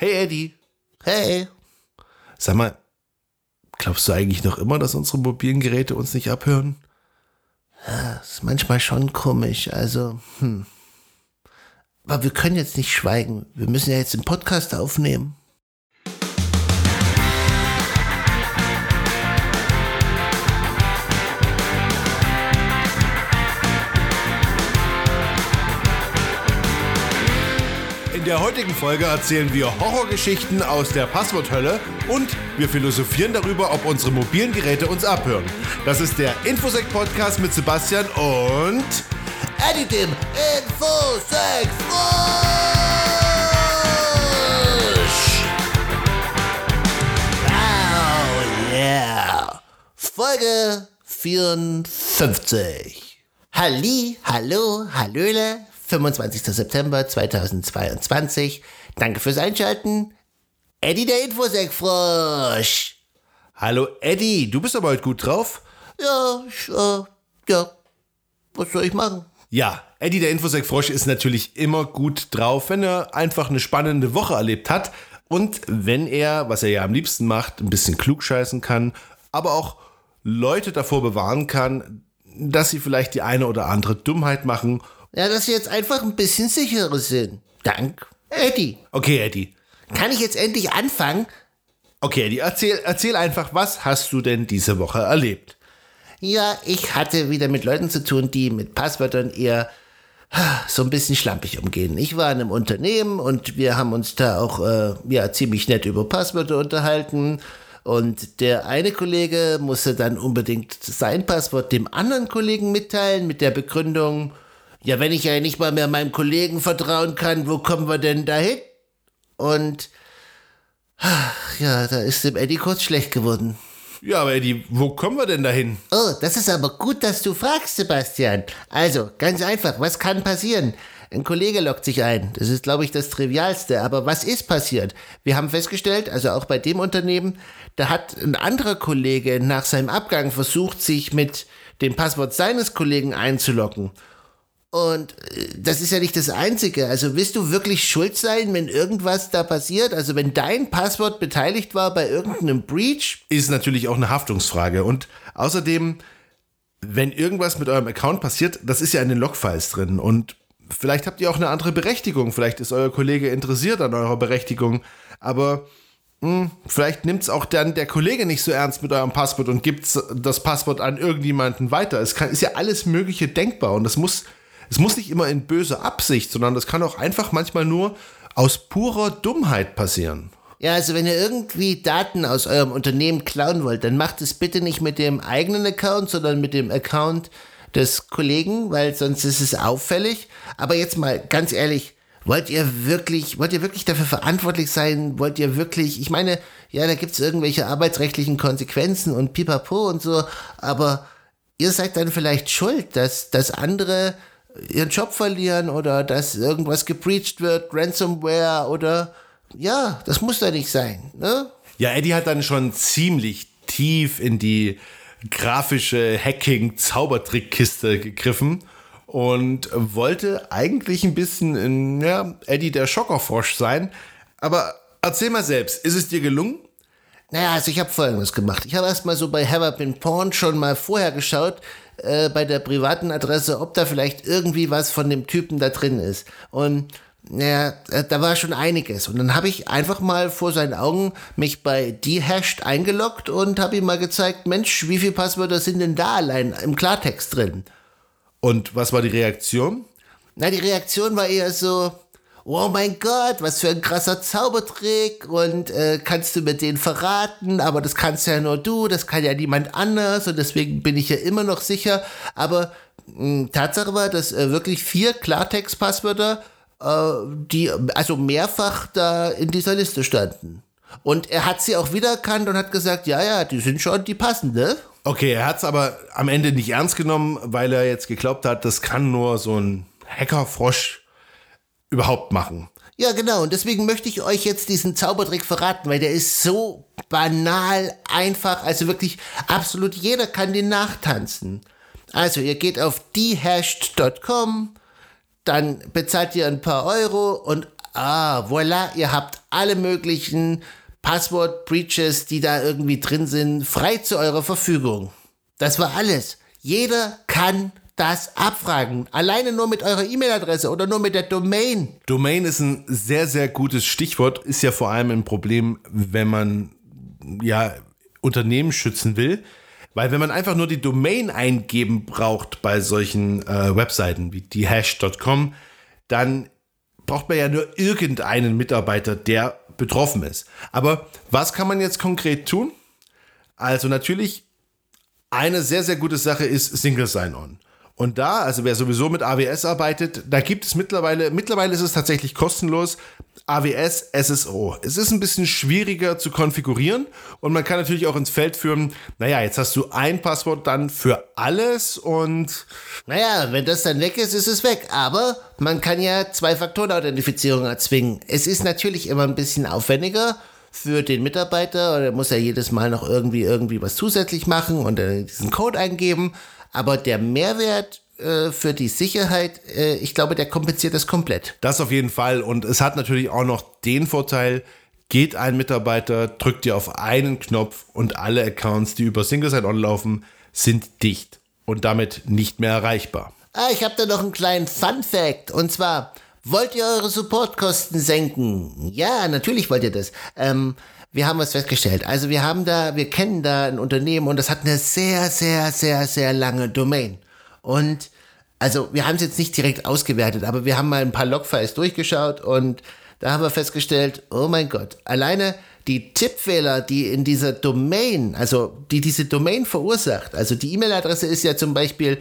Hey Eddie, Hey, sag mal, glaubst du eigentlich noch immer, dass unsere mobilen Geräte uns nicht abhören? das ist manchmal schon komisch, also, Aber wir können jetzt nicht schweigen. Wir müssen ja jetzt den Podcast aufnehmen. In der heutigen Folge erzählen wir Horrorgeschichten aus der Passworthölle und wir philosophieren darüber, ob unsere mobilen Geräte uns abhören. Das ist der Infosec-Podcast mit Sebastian und Eddie, dem Infosec Frosch! Oh yeah! Folge 54. Hallo, hallöle. 25. September 2022. Danke fürs Einschalten. Eddie, der Infosec Frosch. Hallo Eddie, du bist aber heute gut drauf? Ja. Was soll ich machen? Ja, Eddie, der Infosec Frosch ist natürlich immer gut drauf, wenn er einfach eine spannende Woche erlebt hat und wenn er, was er ja am liebsten macht, ein bisschen klugscheißen kann, aber auch Leute davor bewahren kann, dass sie vielleicht die eine oder andere Dummheit machen. Ja, dass sie jetzt einfach ein bisschen sicherer sind. Dank Eddie. Okay, Eddie. Kann ich jetzt endlich anfangen? Okay, Eddie, erzähl einfach, was hast du denn diese Woche erlebt? Ja, ich hatte wieder mit Leuten zu tun, die mit Passwörtern eher so ein bisschen schlampig umgehen. Ich war in einem Unternehmen und wir haben uns da auch ziemlich nett über Passwörter unterhalten. Und der eine Kollege musste dann unbedingt sein Passwort dem anderen Kollegen mitteilen mit der Begründung, ja, wenn ich ja nicht mal mehr meinem Kollegen vertrauen kann, wo kommen wir denn dahin? Und ja, da ist dem Eddie kurz schlecht geworden. Ja, aber Eddie, wo kommen wir denn dahin? Oh, das ist aber gut, dass du fragst, Sebastian. Also, ganz einfach, was kann passieren? Ein Kollege loggt sich ein. Das ist, glaube ich, das Trivialste. Aber was ist passiert? Wir haben festgestellt, also auch bei dem Unternehmen, da hat ein anderer Kollege nach seinem Abgang versucht, sich mit dem Passwort seines Kollegen einzuloggen. Und das ist ja nicht das Einzige. Also willst du wirklich schuld sein, wenn irgendwas da passiert? Also wenn dein Passwort beteiligt war bei irgendeinem Breach? Ist natürlich auch eine Haftungsfrage. Und außerdem, wenn irgendwas mit eurem Account passiert, das ist ja in den Logfiles drin. Und vielleicht habt ihr auch eine andere Berechtigung. Vielleicht ist euer Kollege interessiert an eurer Berechtigung. Aber vielleicht nimmt es auch dann der Kollege nicht so ernst mit eurem Passwort und gibt das Passwort an irgendjemanden weiter. Ist ja alles Mögliche denkbar. Und es muss nicht immer in böser Absicht, sondern das kann auch einfach manchmal nur aus purer Dummheit passieren. Ja, also wenn ihr irgendwie Daten aus eurem Unternehmen klauen wollt, dann macht es bitte nicht mit dem eigenen Account, sondern mit dem Account des Kollegen, weil sonst ist es auffällig. Aber jetzt mal ganz ehrlich, wollt ihr wirklich dafür verantwortlich sein? Ich meine, ja, da gibt's irgendwelche arbeitsrechtlichen Konsequenzen und pipapo und so, aber ihr seid dann vielleicht schuld, dass andere ihren Job verlieren oder dass irgendwas gebreached wird, Ransomware oder, ja, das muss da nicht sein, ne? Ja, Eddie hat dann schon ziemlich tief in die grafische Hacking-Zaubertrickkiste gegriffen und wollte eigentlich ein bisschen Eddie der Schockerfrosch sein. Aber erzähl mal selbst, ist es dir gelungen? Naja, also ich habe Folgendes gemacht. Ich habe erstmal so bei Have I Been Porn schon mal vorher geschaut, bei der privaten Adresse, ob da vielleicht irgendwie was von dem Typen da drin ist. Und naja, da war schon einiges. Und dann habe ich einfach mal vor seinen Augen mich bei Dehashed eingeloggt und habe ihm mal gezeigt, Mensch, wie viele Passwörter sind denn da allein im Klartext drin? Und was war die Reaktion? Na, die Reaktion war eher so, oh mein Gott, was für ein krasser Zaubertrick und kannst du mir den verraten, aber das kannst ja nur du, das kann ja niemand anders und deswegen bin ich ja immer noch sicher, aber Tatsache war, dass wirklich 4 Klartext-Passwörter, die also mehrfach da in dieser Liste standen. Und er hat sie auch wiedererkannt und hat gesagt, ja, die sind schon die passende. Okay, er hat es aber am Ende nicht ernst genommen, weil er jetzt geglaubt hat, das kann nur so ein Hackerfrosch überhaupt machen. Ja, genau. Und deswegen möchte ich euch jetzt diesen Zaubertrick verraten, weil der ist so banal, einfach. Also wirklich absolut jeder kann den nachtanzen. Also ihr geht auf dehashed.com, dann bezahlt ihr ein paar Euro und Voilà, ihr habt alle möglichen Passwort-Breaches, die da irgendwie drin sind, frei zu eurer Verfügung. Das war alles. Jeder kann das abfragen. Alleine nur mit eurer E-Mail-Adresse oder nur mit der Domain. Domain ist ein sehr, sehr gutes Stichwort. Ist ja vor allem ein Problem, wenn man Unternehmen schützen will. Weil wenn man einfach nur die Domain eingeben braucht bei solchen Webseiten wie die hash.com, dann braucht man ja nur irgendeinen Mitarbeiter, der betroffen ist. Aber was kann man jetzt konkret tun? Also natürlich, eine sehr, sehr gute Sache ist Single Sign-On. Und da, also wer sowieso mit AWS arbeitet, da gibt es mittlerweile ist es tatsächlich kostenlos, AWS SSO. Es ist ein bisschen schwieriger zu konfigurieren und man kann natürlich auch ins Feld führen, jetzt hast du ein Passwort dann für alles und... Wenn das dann weg ist, ist es weg. Aber man kann ja 2-Faktoren-Authentifizierung erzwingen. Es ist natürlich immer ein bisschen aufwendiger für den Mitarbeiter, oder muss ja jedes Mal noch irgendwie was zusätzlich machen und diesen Code eingeben. Aber der Mehrwert für die Sicherheit, ich glaube, der kompensiert das komplett. Das auf jeden Fall. Und es hat natürlich auch noch den Vorteil, geht ein Mitarbeiter, drückt ihr auf einen Knopf und alle Accounts, die über Single Sign-On laufen, sind dicht und damit nicht mehr erreichbar. Ich habe da noch einen kleinen Fun-Fact. Und zwar, wollt ihr eure Supportkosten senken? Ja, natürlich wollt ihr das. Wir haben was festgestellt. Also wir kennen da ein Unternehmen und das hat eine sehr, sehr, sehr, sehr lange Domain. Und also wir haben es jetzt nicht direkt ausgewertet, aber wir haben mal ein paar Logfiles durchgeschaut und da haben wir festgestellt, oh mein Gott, alleine die Tippfehler, die in dieser Domain, also die diese Domain verursacht, also die E-Mail-Adresse ist ja zum Beispiel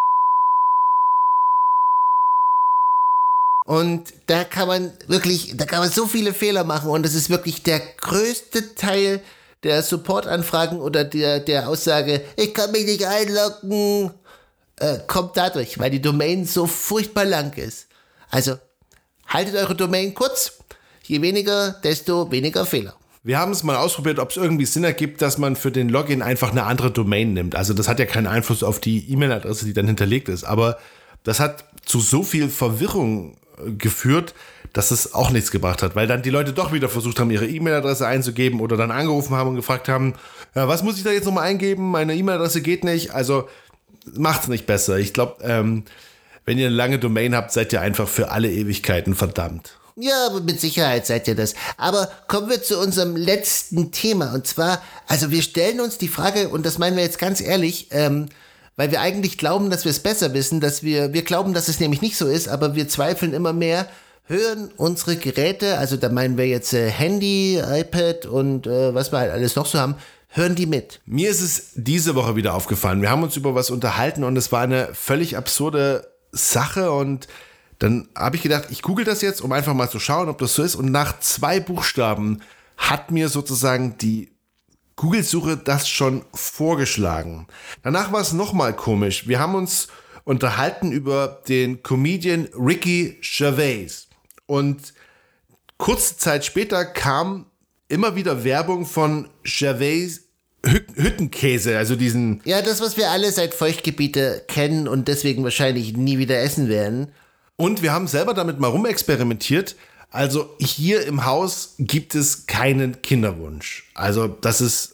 und da kann man so viele Fehler machen und das ist wirklich der größte Teil der Support-Anfragen oder der Aussage, ich kann mich nicht einloggen, kommt dadurch, weil die Domain so furchtbar lang ist. Also haltet eure Domain kurz, je weniger, desto weniger Fehler. Wir haben es mal ausprobiert, ob es irgendwie Sinn ergibt, dass man für den Login einfach eine andere Domain nimmt. Also das hat ja keinen Einfluss auf die E-Mail-Adresse, die dann hinterlegt ist, aber das hat zu so viel Verwirrung geführt, dass es auch nichts gebracht hat, weil dann die Leute doch wieder versucht haben, ihre E-Mail-Adresse einzugeben oder dann angerufen haben und gefragt haben, was muss ich da jetzt nochmal eingeben? Meine E-Mail-Adresse geht nicht. Also macht's nicht besser. Ich glaube, wenn ihr eine lange Domain habt, seid ihr einfach für alle Ewigkeiten verdammt. Ja, mit Sicherheit seid ihr das. Aber kommen wir zu unserem letzten Thema. Und zwar, also wir stellen uns die Frage, und das meinen wir jetzt ganz ehrlich, weil wir eigentlich glauben, dass wir es besser wissen, dass wir glauben, dass es nämlich nicht so ist, aber wir zweifeln immer mehr, hören unsere Geräte, also da meinen wir jetzt Handy, iPad und was wir halt alles noch so haben, hören die mit? Mir ist es diese Woche wieder aufgefallen. Wir haben uns über was unterhalten und es war eine völlig absurde Sache und dann habe ich gedacht, ich google das jetzt, um einfach mal zu schauen, ob das so ist und nach 2 Buchstaben hat mir sozusagen die Google-Suche das schon vorgeschlagen. Danach war es nochmal komisch. Wir haben uns unterhalten über den Comedian Ricky Gervais und kurze Zeit später kam immer wieder Werbung von Gervais Hüttenkäse, also diesen... Ja, das, was wir alle seit Feuchtgebiete kennen und deswegen wahrscheinlich nie wieder essen werden. Und wir haben selber damit mal rumexperimentiert. Also hier im Haus gibt es keinen Kinderwunsch. Also das ist,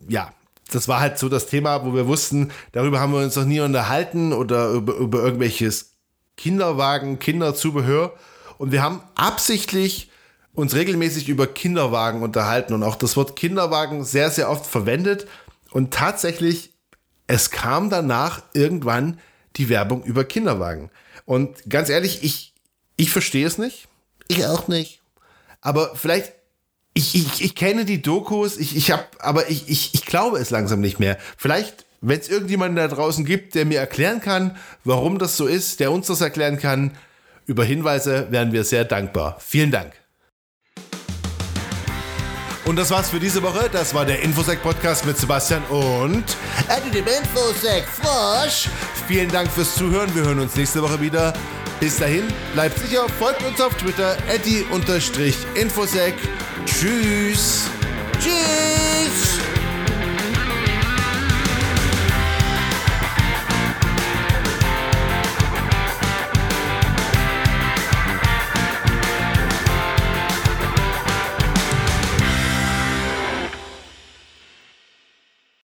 das war halt so das Thema, wo wir wussten, darüber haben wir uns noch nie unterhalten oder über irgendwelches Kinderwagen, Kinderzubehör. Und wir haben absichtlich uns regelmäßig über Kinderwagen unterhalten und auch das Wort Kinderwagen sehr, sehr oft verwendet. Und tatsächlich, es kam danach irgendwann die Werbung über Kinderwagen. Und ganz ehrlich, ich verstehe es nicht. Ich auch nicht. Aber vielleicht, ich kenne die Dokus, ich glaube es langsam nicht mehr. Vielleicht, wenn es irgendjemanden da draußen gibt, der mir erklären kann, warum das so ist, der uns das erklären kann, über Hinweise wären wir sehr dankbar. Vielen Dank. Und das war's für diese Woche. Das war der Infosec-Podcast mit Sebastian und dem Infosec-Frosch. Vielen Dank fürs Zuhören. Wir hören uns nächste Woche wieder. Bis dahin, bleibt sicher, folgt uns auf Twitter, @infosec. Tschüss. Tschüss.